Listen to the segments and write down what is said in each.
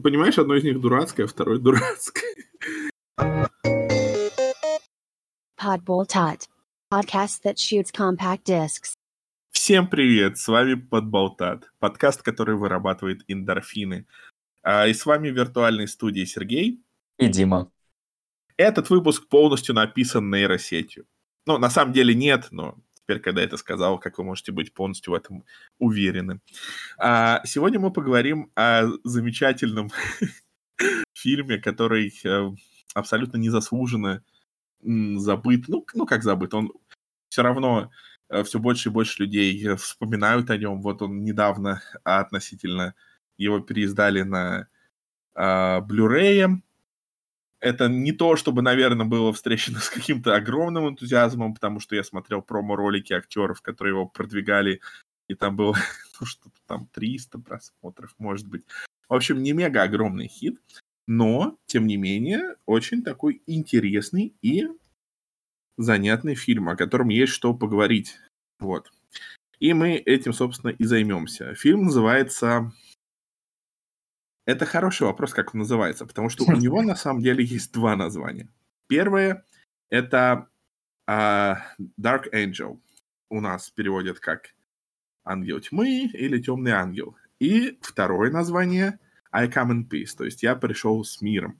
Понимаешь, одно из них дурацкое, а второе дурацкое. Podboltat. Podcast that shoots compact discs. Всем привет, с вами Подболтат, подкаст, который вырабатывает эндорфины. И с вами в виртуальной студии Сергей. И Дима. Этот выпуск полностью написан нейросетью. Ну, на самом деле нет, но теперь, когда я это сказал, как вы можете быть полностью в этом уверены. Сегодня мы поговорим о замечательном фильме, который абсолютно незаслуженно забыт. Ну, как забыт? Он все равно все больше и больше людей вспоминают о нем. Вот он недавно относительно его переиздали на Blu-ray. Это не то, чтобы, наверное, было встречено с каким-то огромным энтузиазмом, потому что я смотрел промо-ролики актеров, которые его продвигали, и там было что-то там 300 просмотров, может быть. В общем, не мега огромный хит, но, тем не менее, очень такой интересный и занятный фильм, о котором есть что поговорить. Вот. И мы этим, собственно, и займемся. Фильм называется... Это хороший вопрос, как он называется, потому что у него на самом деле есть два названия. Первое — это Dark Angel. У нас переводят как «Ангел тьмы» или «Темный ангел». И второе название — I Come in Peace, то есть «Я пришел с миром».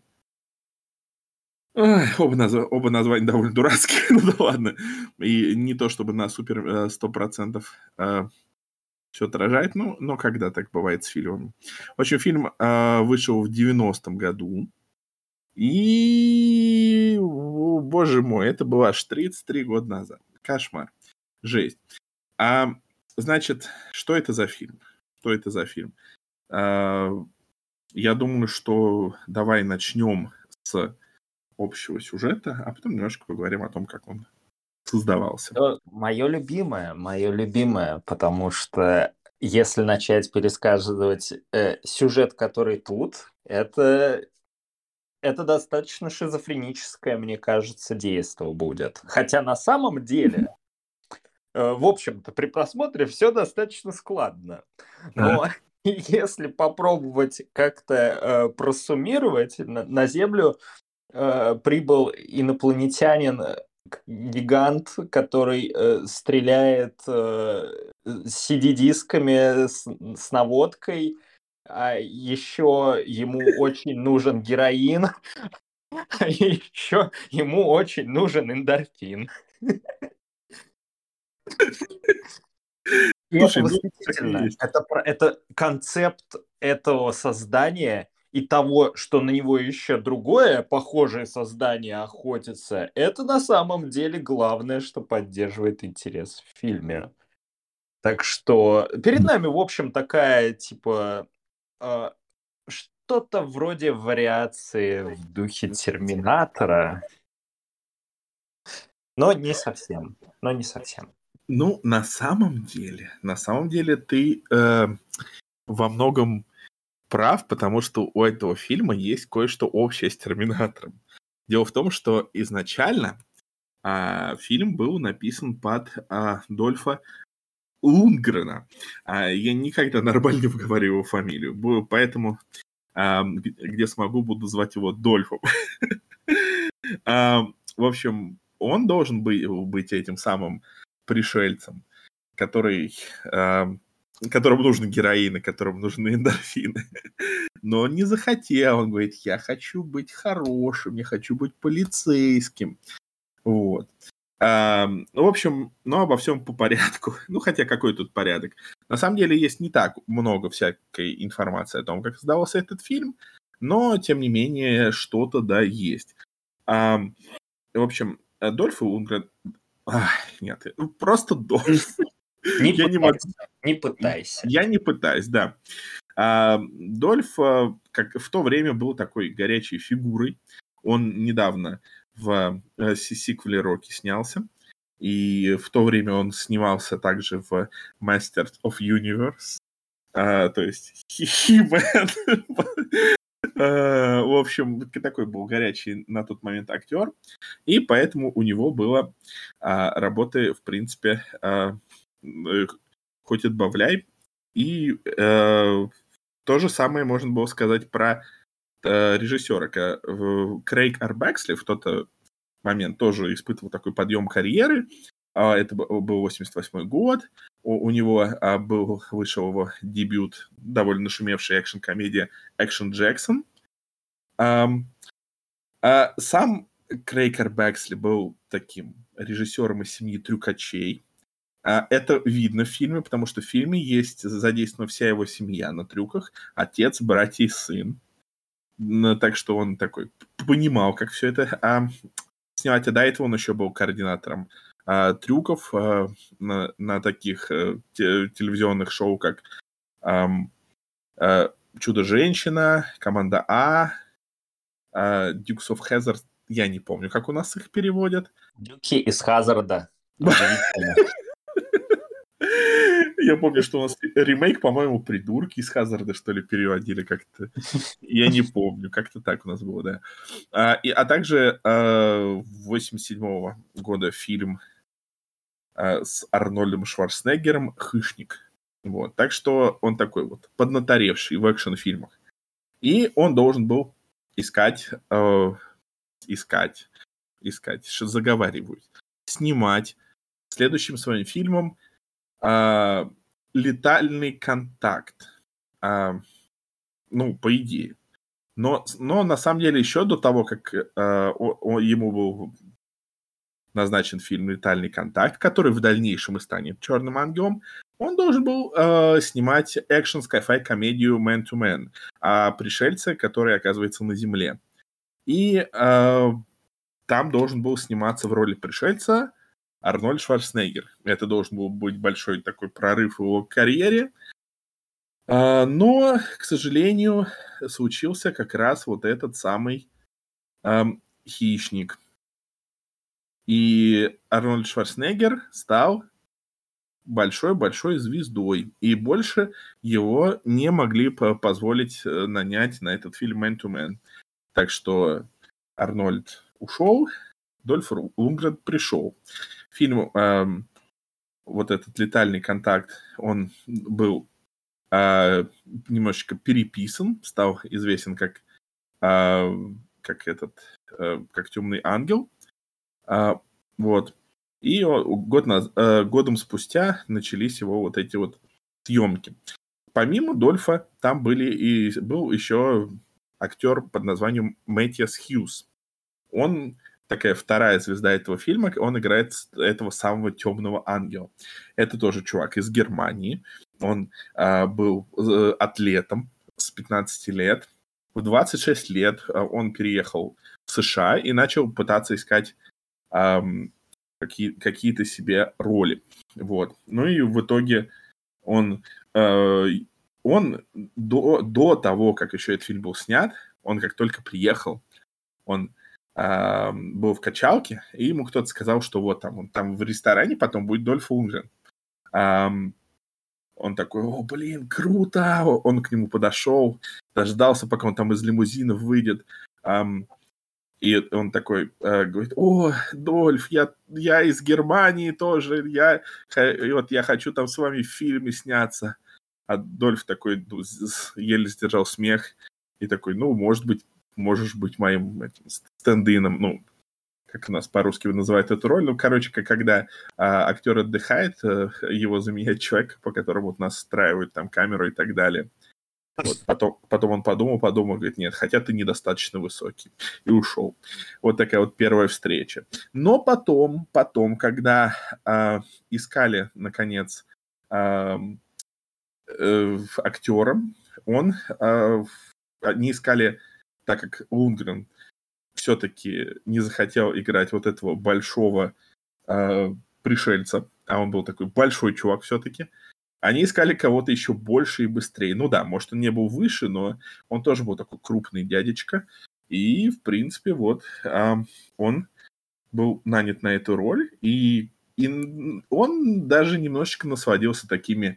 Оба названия довольно дурацкие, ну да ладно. И не то, чтобы на супер 100% все отражает, но когда так бывает с фильмами. В общем, фильм вышел в 90-м году. И, боже мой, это было аж 33 года назад. Кошмар. Жесть. Значит, что это за фильм? Что это за фильм? Я думаю, что давай начнем с общего сюжета, а потом немножко поговорим о том, как он создавался. Мое любимое, потому что если начать пересказывать сюжет, который тут, это достаточно шизофреническое, мне кажется, действие будет. Хотя на самом деле, в общем-то, при просмотре все достаточно складно. Но если попробовать как-то просуммировать, на Землю прибыл инопланетянин, гигант, который стреляет CD-дисками с наводкой, а еще ему очень нужен героин, а еще ему очень нужен эндорфин. И это восхитительно. Это концепт этого создания и того, что на него еще другое похожее создание охотится, это на самом деле главное, что поддерживает интерес в фильме. Так что перед нами, в общем, такая, типа, что-то вроде вариации в духе Терминатора, но не совсем. Ну, на самом деле ты во многом прав, потому что у этого фильма есть кое-что общее с «Терминатором». Дело в том, что изначально фильм был написан под Дольфа Лундгрена. Я никогда нормально не выговариваю его фамилию, поэтому где смогу, буду звать его Дольфом. В общем, он должен быть этим самым пришельцем, которому нужны героины, которому нужны эндорфины. Но он не захотел. Он говорит, я хочу быть хорошим, я хочу быть полицейским. Вот. В общем, обо всем по порядку. Хотя какой тут порядок? На самом деле есть не так много всякой информации о том, как создавался этот фильм, но, тем не менее, что-то, да, есть. В общем, Дольф Лундгрен... Нет, просто Дольф. Не пытайся. Я не пытаюсь, да. Дольф, как в то время, был такой горячей фигурой. Он недавно в сиквеле Рокки снялся. И в то время он снимался также в Masters of Universe. То есть He-Man. В общем, такой был горячий на тот момент актер. И поэтому у него было работы, в принципе, хоть отбавляй. И в То же самое можно было сказать про режиссера. Крейг Р. Бэксли в тот момент тоже испытывал такой подъем карьеры. Это был 88 год. У него вышел его дебют, довольно нашумевшая экшн-комедия «Экшн Джексон». Сам Крейг Р. Бэксли был таким режиссером из семьи трюкачей. Это видно в фильме, потому что в фильме есть задействована вся его семья на трюках. Отец, братья и сын. Так что он такой понимал, как все это снимать. А до этого он еще был координатором трюков на таких телевизионных шоу, как «Чудо-женщина», «Команда А», «Dukes of Hazzard». Я не помню, как у нас их переводят. «Дюки из Хазарда». Удивительно. Я помню, что у нас ремейк, по-моему, «Придурки» из Хазарда, что ли, переводили как-то. Я не помню, как-то так у нас было, да. А также 87-го года фильм с Арнольдом Шварценеггером «Хищник». Вот. Так что он такой вот поднаторевший в экшн-фильмах. И он должен был искать, что заговариваюсь, снимать следующим своим фильмом «Летальный контакт». Ну, по идее. Но на самом деле еще до того, как ему был назначен фильм «Летальный контакт», который в дальнейшем и станет «Черным ангелом», он должен был снимать экшн скай-фай комедию «Man to Man» о пришельце, который оказывается на Земле. И там должен был сниматься в роли пришельца Арнольд Шварценеггер. Это должен был быть большой такой прорыв в его карьере. Но, к сожалению, случился как раз вот этот самый «Хищник». И Арнольд Шварценеггер стал большой-большой звездой. И больше его не могли позволить нанять на этот фильм «Man to Man». Так что Арнольд ушел, Дольф Лундгрен пришел. Фильм, вот этот «Летальный контакт», он был немножечко переписан, стал известен как «Темный ангел». Вот. И годом спустя начались его вот эти вот съемки. Помимо Дольфа там был еще актер под названием Мэттиас Хьюз. Он такая вторая звезда этого фильма, он играет этого самого темного ангела. Это тоже чувак из Германии. Он был атлетом с 15 лет. В 26 лет он переехал в США и начал пытаться искать какие-то себе роли. Вот. Ну и в итоге он до того, как еще этот фильм был снят, он как только приехал, он был в качалке, и ему кто-то сказал, что вот там, он там в ресторане потом будет Дольф Лундгрен. Он такой: о, блин, круто! Он к нему подошел, дождался, пока он там из лимузина выйдет. И он такой говорит: о, Дольф, я из Германии тоже, я хочу там с вами в фильме сняться. А Дольф такой еле сдержал смех и такой: ну, может быть, можешь быть моим стенд-ином, ну, как у нас по-русски называют эту роль. Ну, короче, когда актер отдыхает, его заменяет человек, по которому вот настраивают там камеру и так далее. Вот. Потом он подумал, говорит: нет, хотя ты недостаточно высокий. И ушел. Вот такая вот первая встреча. Но потом когда искали, наконец, актера, они искали, так как Лундгрен все-таки не захотел играть вот этого большого пришельца, а он был такой большой чувак все-таки, они искали кого-то еще больше и быстрее. Ну да, может, он не был выше, но он тоже был такой крупный дядечка. И, в принципе, вот он был нанят на эту роль, и он даже немножечко насладился такими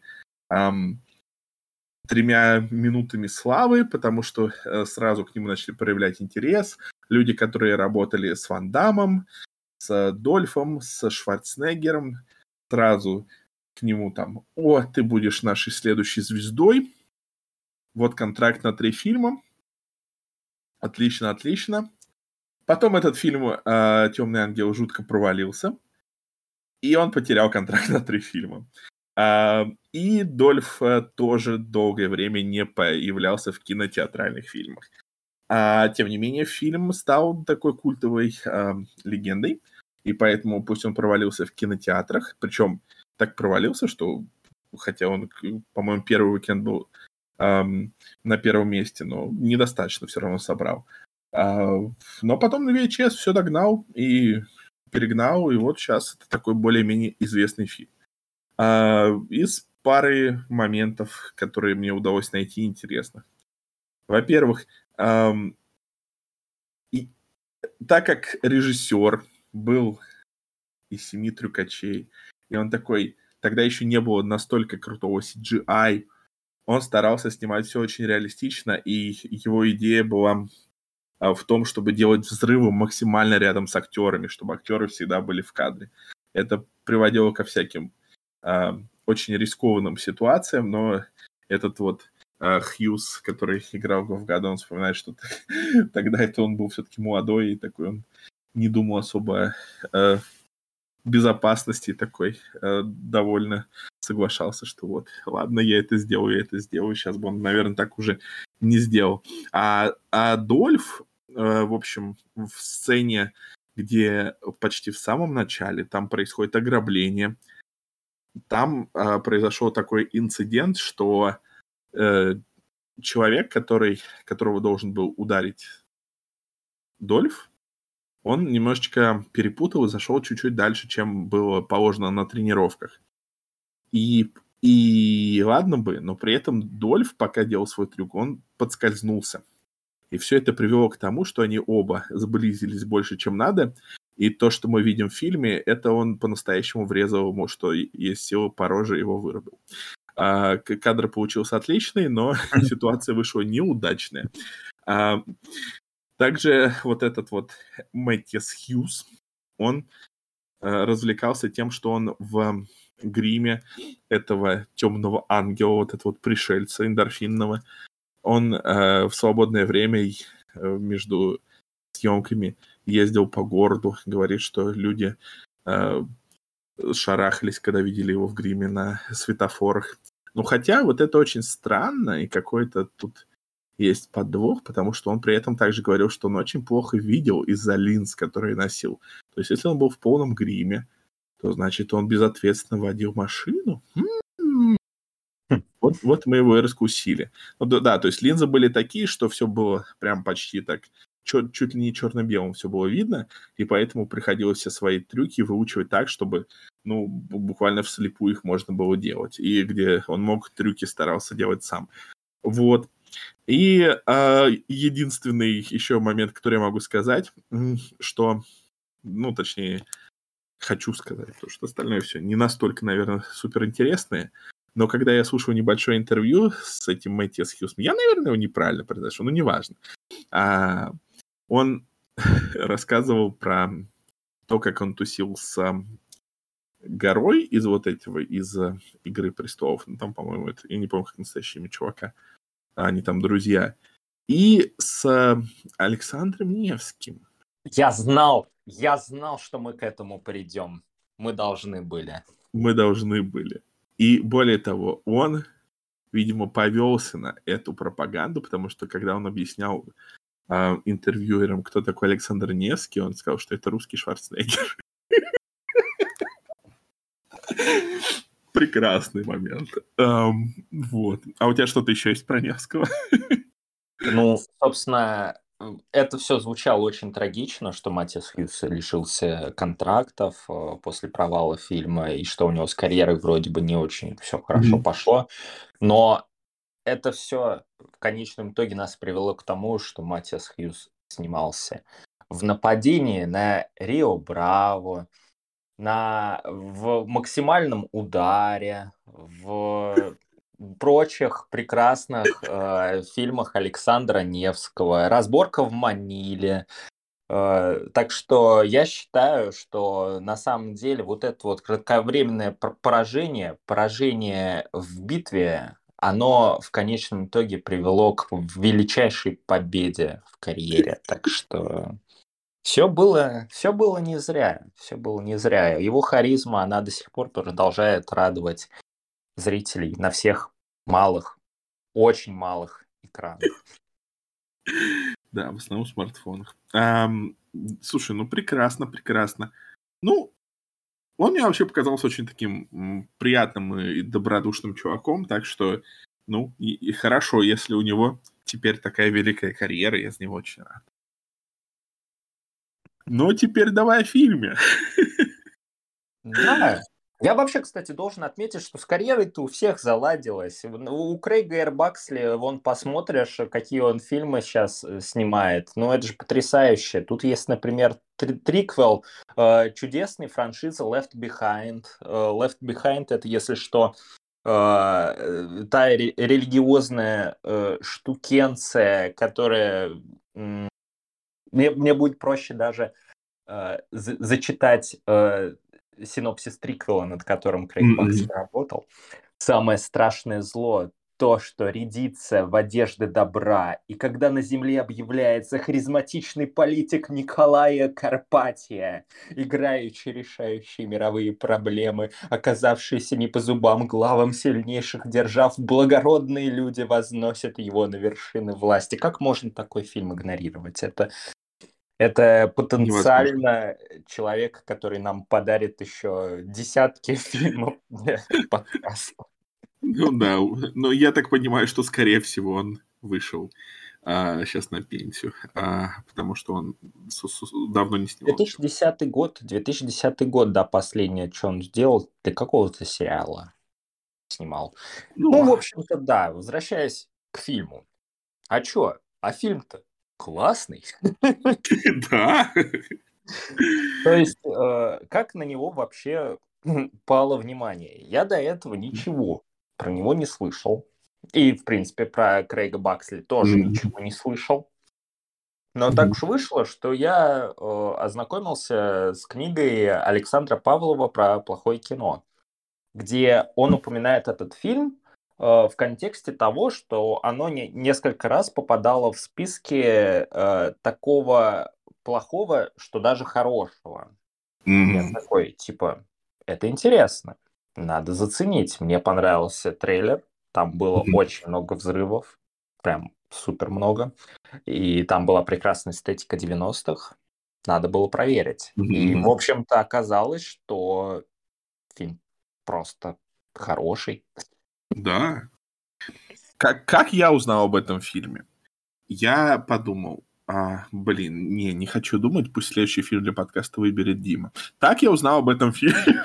3 минутами славы, потому что сразу к нему начали проявлять интерес люди, которые работали с Ван Даммом, с Дольфом, с Шварценеггером, сразу к нему там: о, ты будешь нашей следующей звездой. вот контракт на 3 фильма. Отлично, отлично. Потом этот фильм «Темный ангел» жутко провалился, и он потерял контракт на 3 фильма. И Дольф тоже долгое время не появлялся в кинотеатральных фильмах. Тем не менее, фильм стал такой культовой легендой, и поэтому пусть он провалился в кинотеатрах, причем так провалился, что, хотя он, по-моему, первый уикенд был на первом месте, но недостаточно все равно собрал. Но потом на VHS все догнал и перегнал, и вот сейчас это такой более-менее известный фильм. Из пары моментов, которые мне удалось найти интересных. Во-первых, так как режиссер был из «Семи трюкачей», и он такой, тогда еще не было настолько крутого CGI, он старался снимать все очень реалистично, и его идея была в том, чтобы делать взрывы максимально рядом с актерами, чтобы актеры всегда были в кадре. Это приводило ко всяким очень рискованным ситуациям, но этот вот Хьюз, который играл в году, он вспоминает, что тогда это он был все-таки молодой, и такой он не думал особо о безопасности, такой довольно соглашался, что вот, ладно, я это сделаю, сейчас бы он, наверное, так уже не сделал. А Дольф, в общем, в сцене, где почти в самом начале, там происходит ограбление, там произошел такой инцидент, что человек, которого должен был ударить Дольф, он немножечко перепутал и зашел чуть-чуть дальше, чем было положено на тренировках. И ладно бы, но при этом Дольф, пока делал свой трюк, он подскользнулся. И все это привело к тому, что они оба сблизились больше, чем надо. И то, что мы видим в фильме, это он по-настоящему врезал ему, что есть сила по роже, его вырубил. Кадр получился отличный, но ситуация вышла неудачная. Также вот этот вот Мэттиас Хьюз, он развлекался тем, что он в гриме этого темного ангела, вот этого вот пришельца эндорфинного, он в свободное время между съемками ездил по городу, говорит, что люди шарахались, когда видели его в гриме на светофорах. Ну, хотя вот это очень странно, и какой-то тут есть подвох, потому что он при этом также говорил, что он очень плохо видел из-за линз, которые носил. То есть, если он был в полном гриме, то, значит, он безответственно водил машину. Вот мы его и раскусили. Ну, да, то есть линзы были такие, что все было прям почти так, чуть ли не черно-белым все было видно, и поэтому приходилось все свои трюки выучивать так, чтобы, ну, буквально вслепую их можно было делать. И где он мог, трюки старался делать сам. Вот. И единственный еще момент, который я могу сказать, что, ну, точнее, хочу сказать, потому что остальное все не настолько, наверное, суперинтересное, но когда я слушал небольшое интервью с этим Мэттиас Хьюзом, я, наверное, его неправильно произношел, но неважно. Он рассказывал про то, как он тусил с горой из вот этого, из «Игры престолов». Ну, там, по-моему, это, я не помню, как настоящее имя чувака. Они там друзья. И с Александром Невским. Я знал, что мы к этому придем. Мы должны были. И более того, он, видимо, повелся на эту пропаганду, потому что когда он объяснял интервьюерам, кто такой Александр Невский, он сказал, что это русский Шварценеггер. Прекрасный момент. Вот. А у тебя что-то еще есть про Невского? Ну, собственно, это все звучало очень трагично, что Мэттиас Хьюз лишился контрактов после провала фильма, и что у него с карьерой вроде бы не очень все хорошо пошло. Но это все в конечном итоге нас привело к тому, что Мэттиас Хьюз снимался в «Нападении на Рио Браво», в «Максимальном ударе», в прочих прекрасных фильмах Александра Невского, «Разборка в Маниле». Так что я считаю, что на самом деле вот это вот кратковременное поражение в битве, оно в конечном итоге привело к величайшей победе в карьере. Так что все было не зря. Все было не зря. Его харизма, она до сих пор продолжает радовать зрителей на всех малых, очень малых экранах. Да, в основном в смартфонах. Слушай, ну прекрасно, прекрасно. Ну, он мне вообще показался очень таким приятным и добродушным чуваком, так что, ну, и хорошо, если у него теперь такая великая карьера, я за него очень рад. Но теперь давай о фильме. Да. Я вообще, кстати, должен отметить, что с карьерой-то у всех заладилось. У Крейга Эр Баксли, вон посмотришь, какие он фильмы сейчас снимает. Ну, это же потрясающе. Тут есть, например, триквел чудесной франшизы Left Behind. Left Behind — это, если что, та религиозная штукенция, которая... Мне будет проще даже зачитать синопсис триквела, над которым Крейг Баксли работал. Самое страшное зло — то, что рядится в одежды добра, и когда на земле объявляется харизматичный политик Николая Карпатия, играючи решающие мировые проблемы, оказавшиеся не по зубам главам сильнейших держав, благородные люди возносят его на вершины власти. Как можно такой фильм игнорировать? Это потенциально человек, который нам подарит еще десятки фильмов для подкаста. Ну да, но я так понимаю, что, скорее всего, он вышел сейчас на пенсию, потому что он давно не снимал. 2010 год, да, последнее, что он сделал, для какого-то сериала снимал. Ну, в общем-то, да, возвращаясь к фильму. А чё? А фильм-то классный. Да. То есть, как на него вообще пало внимание? Я до этого ничего про него не слышал. И, в принципе, про Крейга Баксли тоже ничего не слышал. Но так уж вышло, что я ознакомился с книгой Александра Павлова про плохое кино, где он упоминает этот фильм в контексте того, что оно несколько раз попадало в списки такого плохого, что даже хорошего. Я такой, типа, это интересно, надо заценить. Мне понравился трейлер, там было очень много взрывов, прям супер много. И там была прекрасная эстетика 90-х, надо было проверить. И, в общем-то, оказалось, что фильм просто хороший. Да. Как я узнал об этом фильме? Я подумал, не хочу думать, пусть следующий фильм для подкаста выберет Дима. Так я узнал об этом фильме.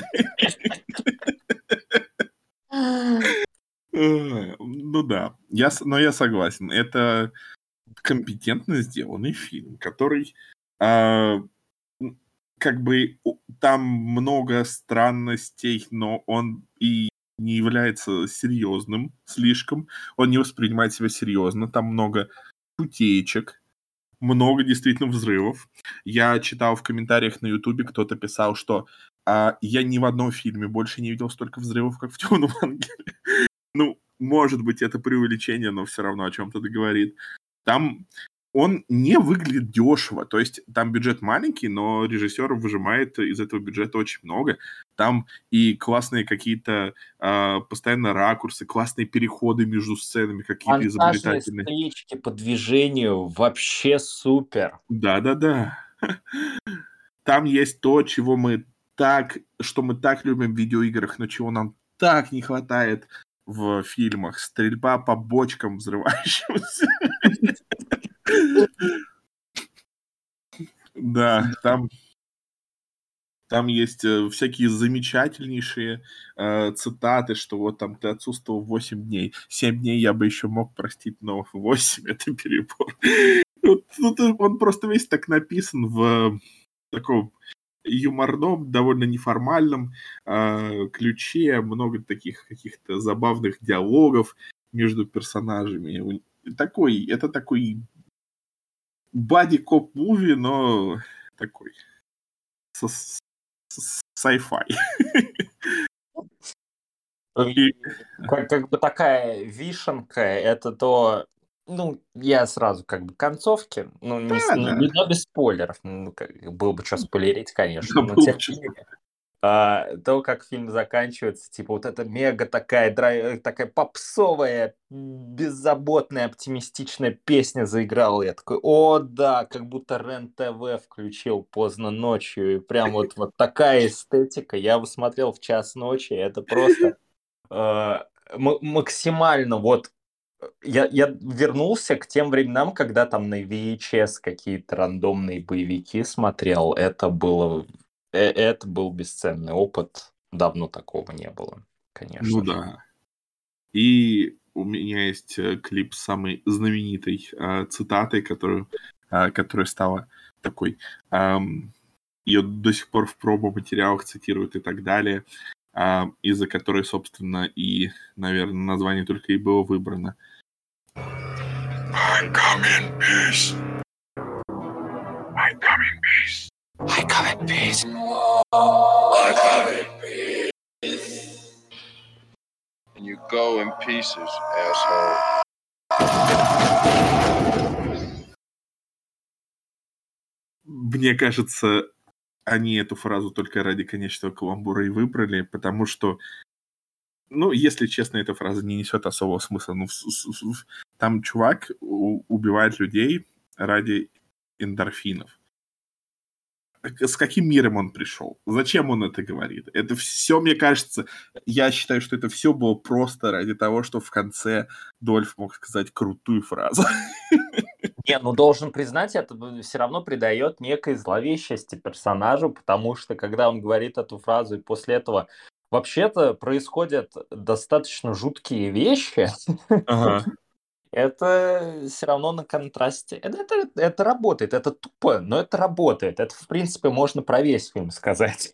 Ну да, но я согласен. Это компетентно сделанный фильм, который как бы там много странностей, но он и не является серьезным слишком. Он не воспринимает себя серьезно. Там много утечек, много действительно взрывов. Я читал в комментариях на Ютубе, кто-то писал, что я ни в одном фильме больше не видел столько взрывов, как в «Темном ангеле». Ну, может быть, это преувеличение, но все равно о чем-то говорит. Там он не выглядит дешево. То есть там бюджет маленький, но режиссер выжимает из этого бюджета очень много. Там и классные какие-то постоянно ракурсы, классные переходы между сценами, какие-то Монтажные изобретательные. стычки по движению вообще супер. Да-да-да. Там есть то, что мы так любим в видеоиграх, но чего нам так не хватает в фильмах. Стрельба по бочкам взрывающимся. Да, там есть всякие замечательнейшие цитаты, что вот там ты отсутствовал 8 дней. 7 дней я бы еще мог простить, но 8 — это перебор. Он просто весь так написан в таком юморном, довольно неформальном ключе. Много таких каких-то забавных диалогов между персонажами. Это такой бади-коп-муви, но такой sci-fi. И Как бы такая вишенка, это то, ну, я сразу как бы концовки, ну, да, да, но без спойлеров, ну, было бы что спойлерить, конечно, но забыл тем не честно. менее. То, как фильм заканчивается, типа вот эта мега такая попсовая, беззаботная, оптимистичная песня заиграла. Я такой, о, да, как будто РЕН-ТВ включил поздно ночью. И прям вот такая эстетика. Я его смотрел в час ночи. Это просто максимально вот я вернулся к тем временам, когда там на VHS какие-то рандомные боевики смотрел. Это был бесценный опыт. Давно такого не было, Ну конечно же. да. И у меня есть клип с самой знаменитой цитатой, которая стала такой. Ее до сих пор в промо-материалах цитируют и так далее, из-за которой, собственно, и, наверное, название только и было выбрано. I come in peace. I come in peace. I come in peace. I come in peace. And you go in pieces, asshole. Мне кажется, они эту фразу только ради конечного каламбура и выбрали, потому что, ну, если честно, эта фраза не несет особого смысла. Ну, там чувак убивает людей ради эндорфинов. С каким миром он пришел? Зачем он это говорит? Это все, мне кажется, я считаю, что это все было просто ради того, что в конце Дольф мог сказать крутую фразу. Не, ну должен признать, это все равно придает некой зловещести персонажу, потому что когда он говорит эту фразу, и после этого вообще-то происходят достаточно жуткие вещи, Ага. это все равно на контрасте. Это работает, это тупо, но это работает. Это, в принципе, можно про весь фильм сказать.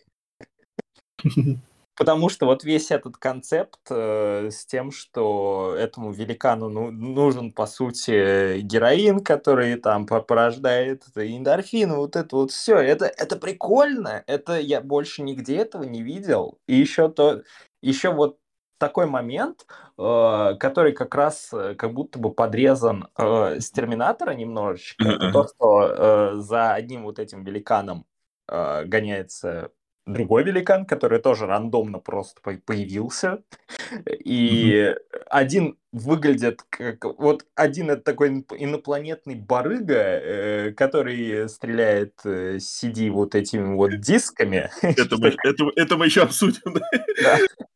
Потому что вот весь этот концепт с тем, что этому великану нужен, по сути, героин, который там порождает эндорфин, вот это вот все, это прикольно, это я больше нигде этого не видел. И еще вот такой момент, который как раз как будто бы подрезан с Терминатора немножечко, это то, что за одним вот этим великаном гоняется другой великан, который тоже рандомно просто появился. И один выглядит как... Вот один это такой инопланетный барыга, который стреляет CD вот этими вот дисками. Это мы еще обсудим. Да.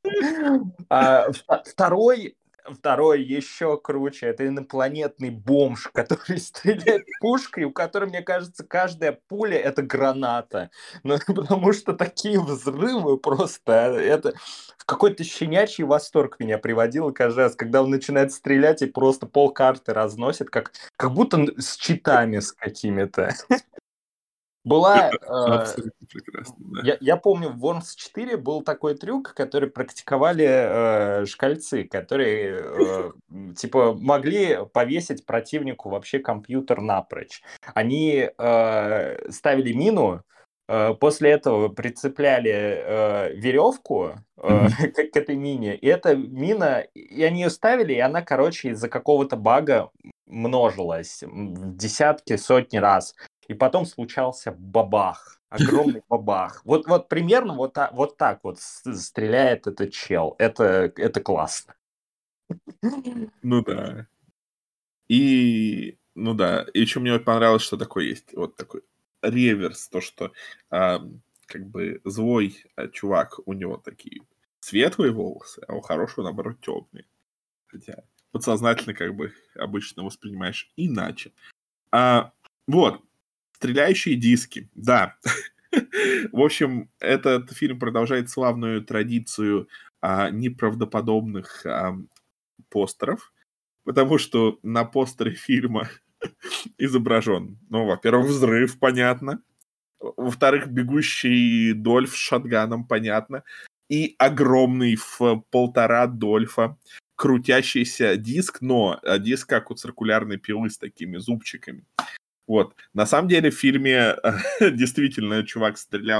Второй еще круче. Это инопланетный бомж, который стреляет пушкой, у которой, мне кажется, каждая пуля — это граната. Ну, потому что такие взрывы просто... Это в какой-то щенячий восторг меня приводило каждый раз, когда он начинает стрелять и просто полкарты разносит, как будто с читами с какими-то. Была Абсолютно прекрасно, да. я помню, в Worms 4 был такой трюк, который практиковали шкальцы, которые типа могли повесить противнику вообще компьютер напрочь. Они ставили мину, после этого прицепляли веревку к этой мине, и эта мина, и они ее ставили, и она, короче, из-за какого-то бага множилась в десятки, сотни раз. И потом случался бабах, огромный бабах. Вот примерно вот так вот стреляет этот чел. Это классно. Ну да. И, ну да, и еще мне вот понравилось, что такое есть, вот такой реверс, то, что как бы злой чувак, у него такие светлые волосы, а у хорошего, наоборот, темные. Хотя подсознательно как бы обычно воспринимаешь иначе. Вот, стреляющие диски, да. В общем, этот фильм продолжает славную традицию неправдоподобных постеров, потому что на постере фильма изображен, ну, во-первых, взрыв, понятно, во-вторых, бегущий Дольф с шотганом, понятно, и огромный в 1,5 Дольфа крутящийся диск, но диск как у циркулярной пилы с такими зубчиками. Вот. На самом деле в фильме действительно чувак стрелял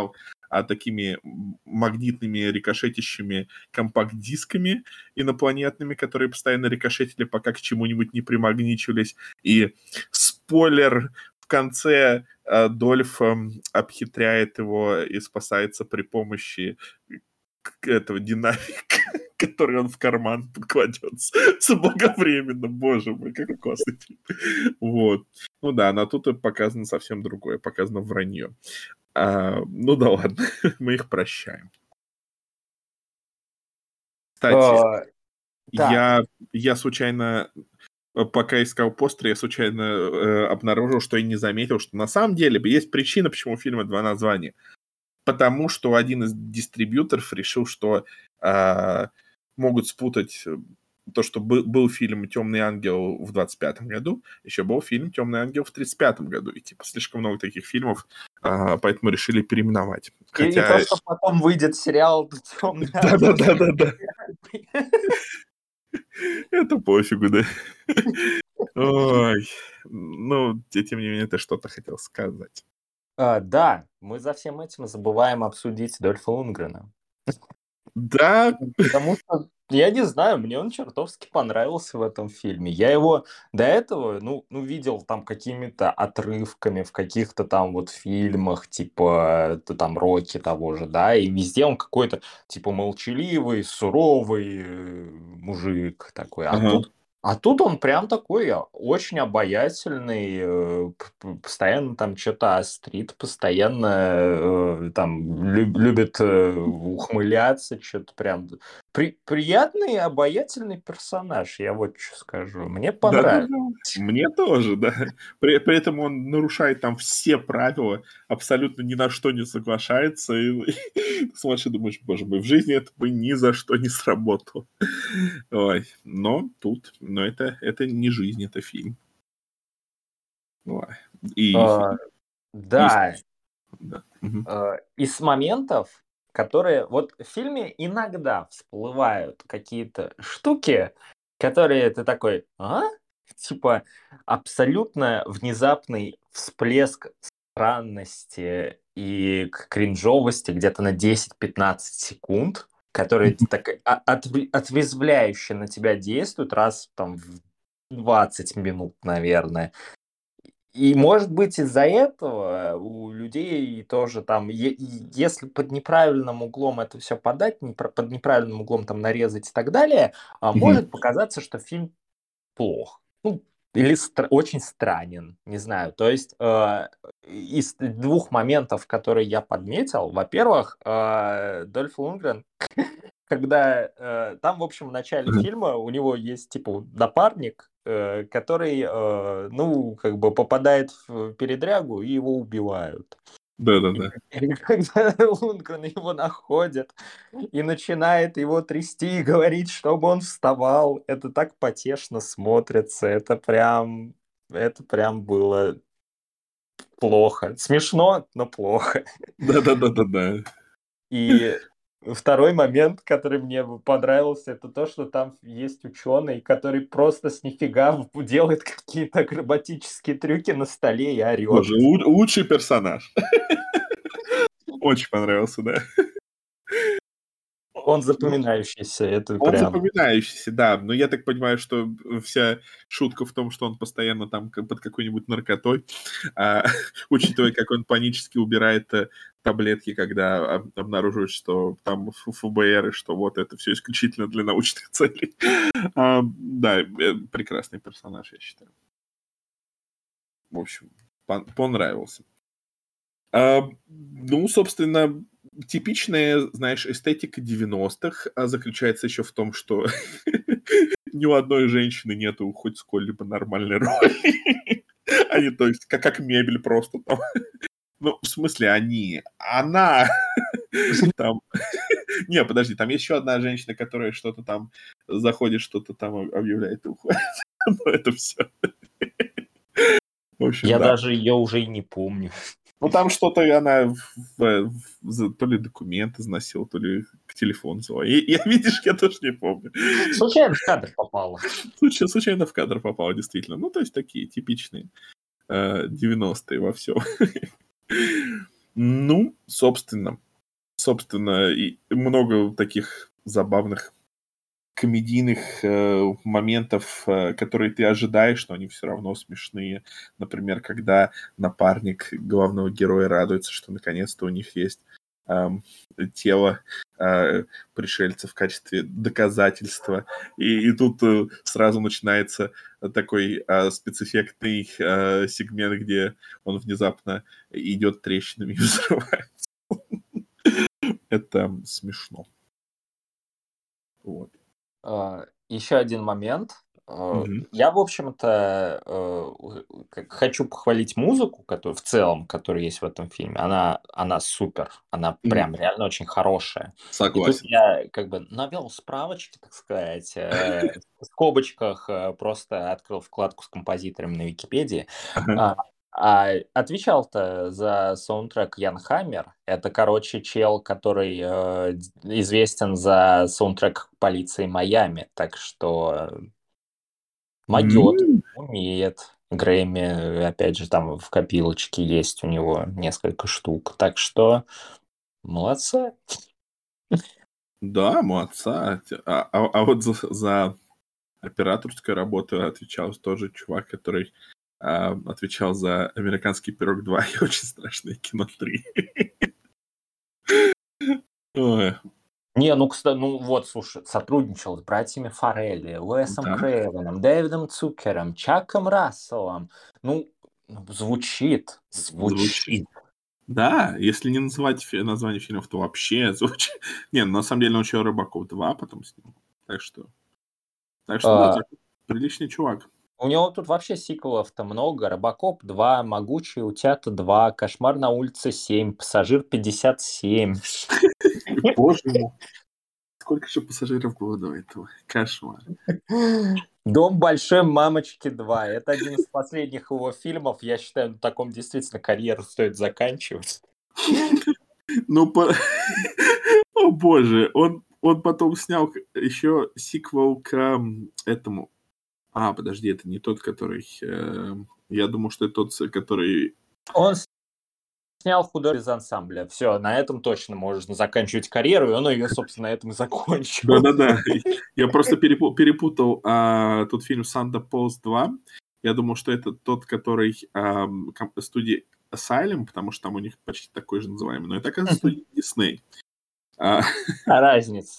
а такими магнитными рикошетящими компакт-дисками инопланетными, которые постоянно рикошетили, пока к чему-нибудь не примагничивались. И спойлер, в конце Дольф обхитряет его и спасается при помощи этого динамика, который он в карман кладет заблаговременно. Боже мой, какой классный фильм. Вот. Ну да, но тут показано совсем другое, показано вранье. Ну да ладно, мы их прощаем. Кстати, я случайно, пока искал постер, я случайно обнаружил, что я не заметил, что на самом деле есть причина, почему у фильма два названия. Потому что один из дистрибьюторов решил, что могут спутать то, что был фильм «Темный ангел» в 25-м году, еще был фильм «Темный ангел» в 35-м году. И типа слишком много таких фильмов, поэтому решили переименовать. И то, что потом выйдет сериал «Темный ангел». Да-да-да. Это пофигу, да. Ой. Ну, тем не менее, ты что-то хотел сказать. Да, мы за всем этим забываем обсудить Дольфа Лундгрена. Да. Потому что, я не знаю, мне он чертовски понравился в этом фильме. Я его до этого, видел там какими-то отрывками в каких-то там вот фильмах, типа там Рокки того же, да, и везде он какой-то типа молчаливый, суровый мужик такой. А тут он прям такой очень обаятельный, постоянно там что-то острит, постоянно там любит ухмыляться, что-то прям... Приятный, обаятельный персонаж, я вот что скажу. Мне понравилось. Да. Мне тоже, да. При этом он нарушает там все правила, абсолютно ни на что не соглашается. И смотришь и думаешь, боже мой, в жизни это бы ни за что не сработало. Ой, но это не жизнь, это фильм. Ой. Да. Угу. Из моментов, которые... Вот в фильме иногда всплывают какие-то штуки, которые ты такой, Типа абсолютно внезапный всплеск странности и кринжовости где-то на 10-15 секунд, которые так отрезвляюще на тебя действуют раз там в 20 минут, наверное. И, может быть, из-за этого у людей тоже там, если под неправильным углом это все подать, под неправильным углом там нарезать и так далее, может показаться, что фильм плох. Или очень странен, не знаю. То есть из двух моментов, которые я подметил, во-первых, Дольф Лундгрен, когда там, в общем, в начале фильма у него есть, типа, напарник, который, попадает в передрягу, и его убивают. Да-да-да. И когда Лундгрен его находит и начинает его трясти и говорить, чтобы он вставал, это так потешно смотрится. Это прям было плохо. Смешно, но плохо. Да. И второй момент, который мне понравился, это то, что там есть ученый, который просто с нифига делает какие-то акробатические трюки на столе и орет. Боже, лучший персонаж. Очень понравился, да. Он запоминающийся, это Он прям... запоминающийся, да. Но я так понимаю, что вся шутка в том, что он постоянно там под какой-нибудь наркотой, учитывая, как он панически убирает таблетки, когда обнаруживает, что там ФБР, и что вот это все исключительно для научных целей. Да, прекрасный персонаж, я считаю. В общем, понравился. Собственно, типичная, знаешь, эстетика 90-х заключается еще в том, что ни у одной женщины нету хоть сколь-либо нормальной роли. Они, то есть, как мебель просто там. Ну, в смысле, она там... Не, подожди, там есть еще одна женщина, которая что-то там заходит, что-то там объявляет и уходит. Но это все. В общем, я да. даже ее уже и не помню. Ну, там что-то она то ли документы износила, то ли к телефону звала. Видишь, я тоже не помню. Случайно в кадр попала. Случайно в кадр попала, действительно. Ну, то есть такие типичные 90-е во всем. Ну, собственно, собственно, и много таких забавных комедийных моментов, которые ты ожидаешь, но они все равно смешные. Например, когда напарник главного героя радуется, что наконец-то у них есть тело пришельца в качестве доказательства. И тут сразу начинается такой спецэффектный сегмент, где он внезапно идет трещинами и взрывается. Это смешно. Вот. Еще один момент. Мгм. Я, в общем-то, хочу похвалить музыку, которая в целом, которая есть в этом фильме. Она супер. Она прям реально очень хорошая. И тут Согласен. я как бы навел справочки, так сказать, в скобочках просто открыл вкладку с композиторами на Википедии. Ага. Отвечал-то за саундтрек Ян Хаммер. Это, короче, чел, который известен за саундтрек полиции Майами. Так что могет, М, умеет. Грэмми, опять же, там в копилочке есть у него несколько штук. Так что молодцы. Да, молодца. А вот за операторскую работу отвечал тоже чувак, который отвечал за «Американский пирог 2» и «Очень страшное кино 3». Ой, Не, ну, кстати, ну вот, слушай, сотрудничал с братьями Форелли, Уэсом да, Крейвеном, Дэвидом Цукером, Чаком Расселом. Ну, звучит, звучит. звучит. Да, если не называть название фильмов, то вообще звучит. Не, ну, на самом деле он еще «Рыбаков 2» потом снял. Так что, да, А, такой приличный чувак. у него тут вообще сиквелов-то много. Робокоп 2, Могучие утята 2, Кошмар на улице 7, Пассажир 57. Боже мой, сколько же пассажиров было до этого? Кошмар. Дом большой мамочки 2. Это один из последних его фильмов. Я считаю, на таком действительно карьеру стоит заканчивать. Ну, о боже, он потом снял еще сиквел к этому. Подожди, это не тот, который... я думал, что это тот, который... Он снял художник без ансамбля. Все, на этом точно можно заканчивать карьеру, и он ее, собственно, на этом и закончил. Да-да-да, я просто перепутал тот фильм «Санда Полз 2». Я думал, что это тот, который студии Asylum, потому что там у них почти такой же называемый, но это, оказывается, студия Disney. А, А разница.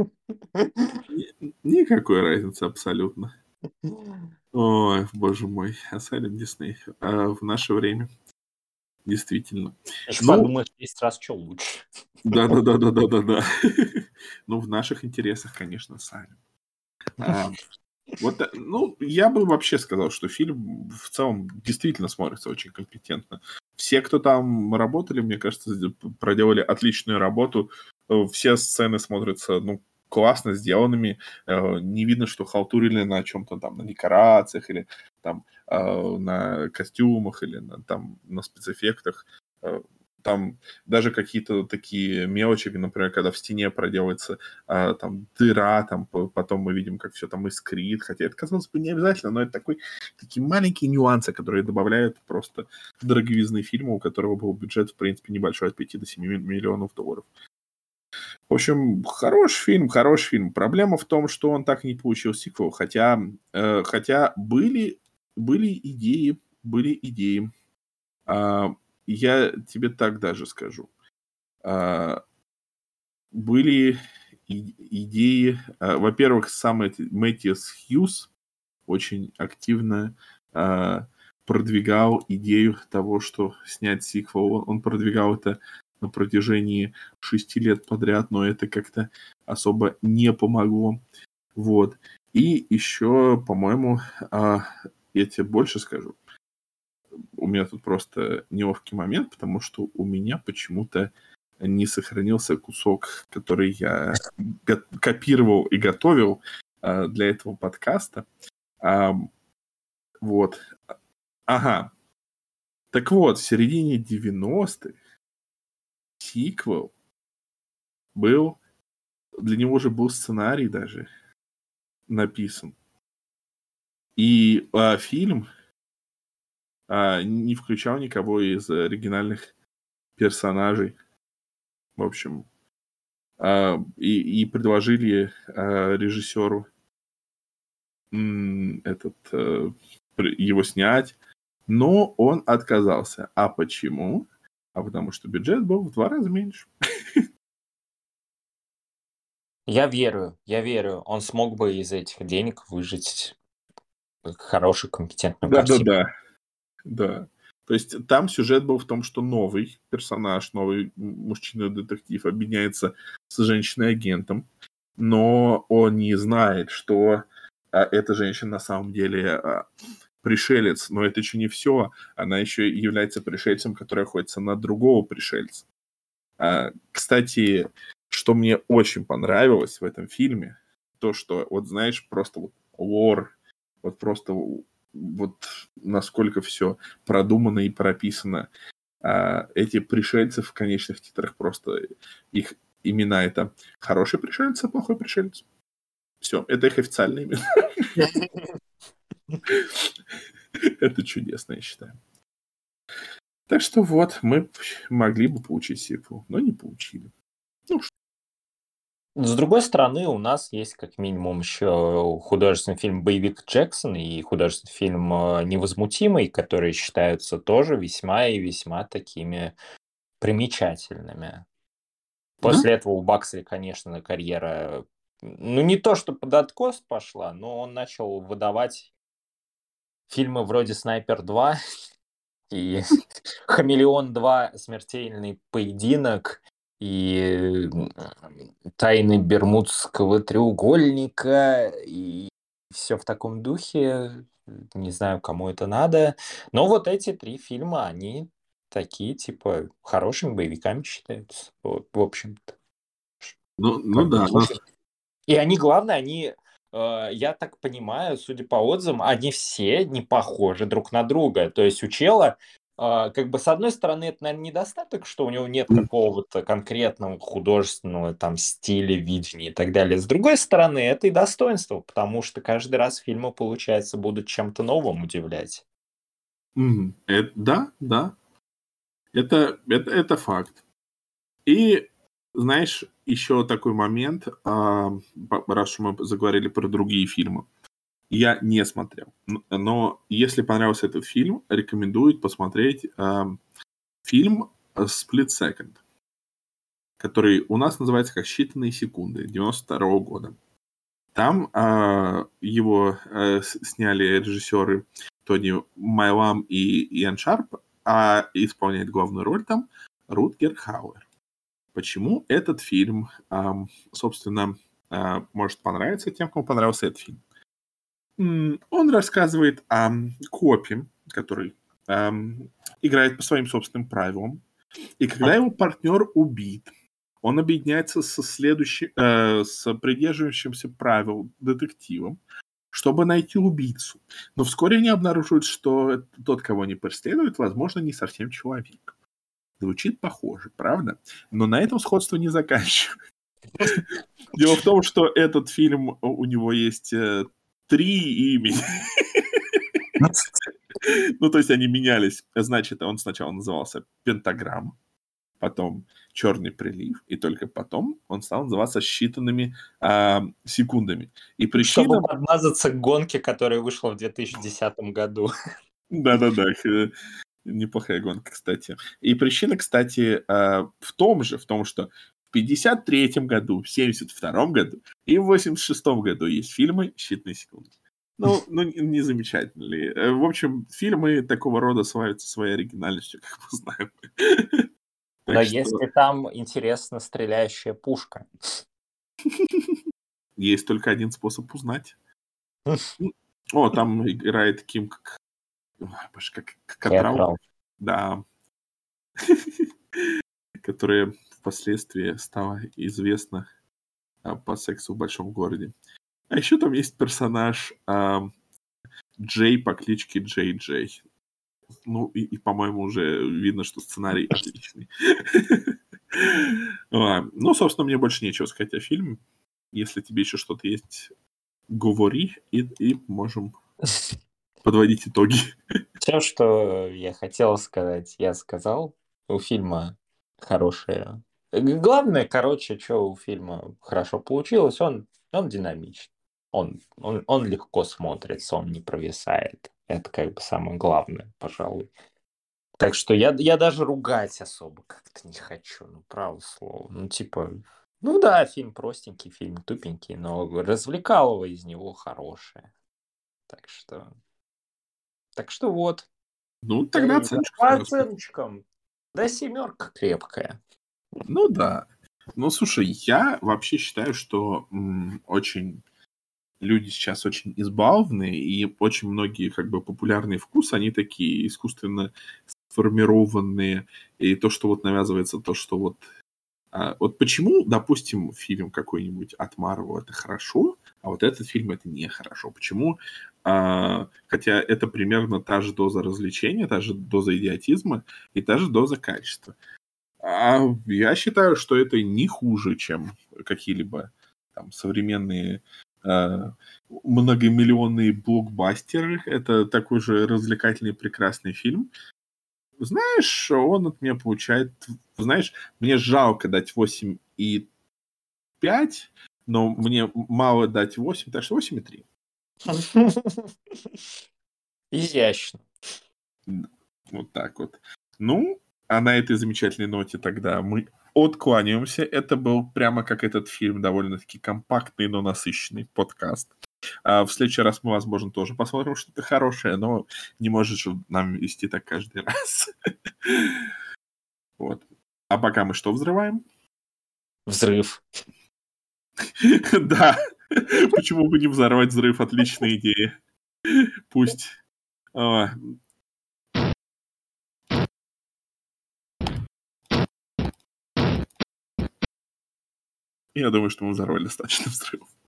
Никакой разницы абсолютно. Ой, боже мой, Asylum Disney в наше время. Действительно. Еще Ну, подумаешь, 10 раз что лучше. да-да-да-да-да-да-да. Ну, в наших интересах, конечно, сами. А, Вот, ну, я бы вообще сказал, что фильм в целом действительно смотрится очень компетентно. Все, кто там работали, мне кажется, проделали отличную работу. Все сцены смотрятся, ну, классно сделанными. Не видно, что халтурили на чем-то там, на декорациях или там на костюмах или там на спецэффектах. Э, Там даже какие-то такие мелочи, например, когда в стене проделается там дыра, там потом мы видим, как все там искрит, хотя это, казалось бы, не обязательно, но это такие маленькие нюансы, которые добавляют просто дороговизны фильма, у которого был бюджет, в принципе, небольшой, от 5 до 7 миллионов долларов. В общем, хороший фильм. Проблема в том, что он так и не получил сиквел, хотя были идеи. А, Я тебе так даже скажу. А, Были идеи. Во-первых, сам Мэтьюс Хьюз очень активно продвигал идею того, что снять сиквел. Он продвигал это на протяжении 6 лет подряд, но это как-то особо не помогло. Вот. И еще, по-моему, я тебе больше скажу. У меня тут просто неловкий момент, потому что у меня почему-то не сохранился кусок, который я копировал и готовил для этого подкаста. Вот. Ага. Так вот, в середине 90-х сиквел был, для него уже был сценарий даже написан. И фильм не включал никого из оригинальных персонажей. В общем, и предложили режиссеру его снять, но он отказался. А почему? А потому что бюджет был в 2 раза меньше. Я верю. Он смог бы из этих денег выжить хорошую, компетентную картину. Да-да-да. Да. То есть там сюжет был в том, что новый персонаж, новый мужчина-детектив объединяется с женщиной-агентом, но он не знает, что эта женщина на самом деле пришелец. Но это еще не все. Она еще является пришельцем, который охотится на другого пришельца. Кстати, что мне очень понравилось в этом фильме, то, что, вот знаешь, просто вот лор, вот просто вот насколько все продумано и прописано. Эти пришельцы в конечных титрах просто их имена это хороший пришелец, а плохой пришелец. Все, это их официальные имена. Это чудесно, я считаю. Так что вот, мы могли бы получить сиквел, но не получили. С другой стороны, у нас есть как минимум еще художественный фильм «Боевик Джексон» и художественный фильм «Невозмутимый», которые считаются тоже весьма и весьма такими примечательными. После этого у Баксли, конечно, карьера, не то что под откос пошла, но он начал выдавать фильмы вроде «Снайпер 2» и «Хамелеон 2. Смертельный поединок» и «Тайны Бермудского треугольника» и все в таком духе. Не знаю, кому это надо. Но вот эти 3 фильма, они такие, типа, хорошими боевиками считаются. Вот, в общем-то. Да. И они, главное, я так понимаю, судя по отзывам, они все не похожи друг на друга. То есть у чела, как бы, с одной стороны, это, наверное, недостаток, что у него нет какого-то конкретного художественного там стиля, видения и так далее. С другой стороны, это и достоинство, потому что каждый раз фильмы, получается, будут чем-то новым удивлять. Да. Это факт. И знаешь, еще такой момент, раз мы заговорили про другие фильмы. Я не смотрел. Но если понравился этот фильм, рекомендую посмотреть фильм «Split Second», который у нас называется как «Считанные секунды» 92 года. Там его сняли режиссеры Тони Майлам и Иэн Шарп, а исполняет главную роль там Рутгер Хауэр. Почему этот фильм, собственно, может понравиться тем, кому понравился этот фильм? Он рассказывает о копе, который играет по своим собственным правилам. И когда его партнер убит, он объединяется с придерживающимся правил детективом, чтобы найти убийцу. Но вскоре они обнаруживают, что тот, кого они преследуют, возможно, не совсем человек. Звучит похоже, правда? Но на этом сходство не заканчивается. Дело в том, что этот фильм, у него есть 3 имени. Ну, то есть они менялись. Значит, он сначала назывался «Пентаграмм», потом «Черный прилив», и только потом он стал называться «Считанными секундами». И причина... Чтобы подмазаться к гонке, которая вышла в 2010 году. Да. Неплохая гонка, кстати. И причина, кстати, в том, что в 1953 году, в 1972 году и в 1986 году есть фильмы «Считанные секунды». Ну, не замечательно ли? В общем, фильмы такого рода славятся своей оригинальностью, как мы знаем. Но если там интересно стреляющая пушка. Есть только один способ узнать. О, там играет Ким Катрау. Да. Которая впоследствии стала известна по «Сексу в большом городе». А еще там есть персонаж Джей по кличке Джей Джей. Ну, и, по-моему, уже видно, что сценарий отличный. Ну, собственно, мне больше нечего сказать о фильме. Если тебе еще что-то есть, говори, и можем подводить итоги. Все, что я хотел сказать, я сказал. У фильма хорошая Главное, короче, что у фильма хорошо получилось, он динамичный. Он легко смотрится, он не провисает. Это как бы самое главное, пожалуй. Так что я даже ругать особо как-то не хочу, ну, право слово. Ну, типа, ну да, фильм простенький, фильм тупенький, но развлекалово из него хорошее. Так что вот. Ну, тогда Скорее, оценочку по свою скажи. оценочкам. Да, 7 крепкая. Ну да. Ну, слушай, я вообще считаю, что очень люди сейчас очень избалованы, и очень многие как бы популярные вкусы, они такие искусственно сформированные, и то, что вот навязывается, то, что вот... вот почему, допустим, фильм какой-нибудь от Марвел это хорошо, а вот этот фильм это нехорошо? Почему? Хотя это примерно та же доза развлечения, та же доза идиотизма и та же доза качества. Я считаю, что это не хуже, чем какие-либо там современные многомиллионные блокбастеры. Это такой же развлекательный прекрасный фильм. Знаешь, он от меня получает... Знаешь, мне жалко дать 8,5, но мне мало дать 8, так что 8,3. Изящно. Вот так вот. Ну, а на этой замечательной ноте тогда мы откланяемся. Это был прямо как этот фильм, довольно-таки компактный, но насыщенный подкаст. В следующий раз мы, возможно, тоже посмотрим что-то хорошее, но не можешь же нам вести так каждый раз. Вот. А пока мы что взрываем? Взрыв. Да. Почему бы не взорвать взрыв? Отличная идея. Пусть. А, Я думаю, что мы взорвали достаточно взрывов.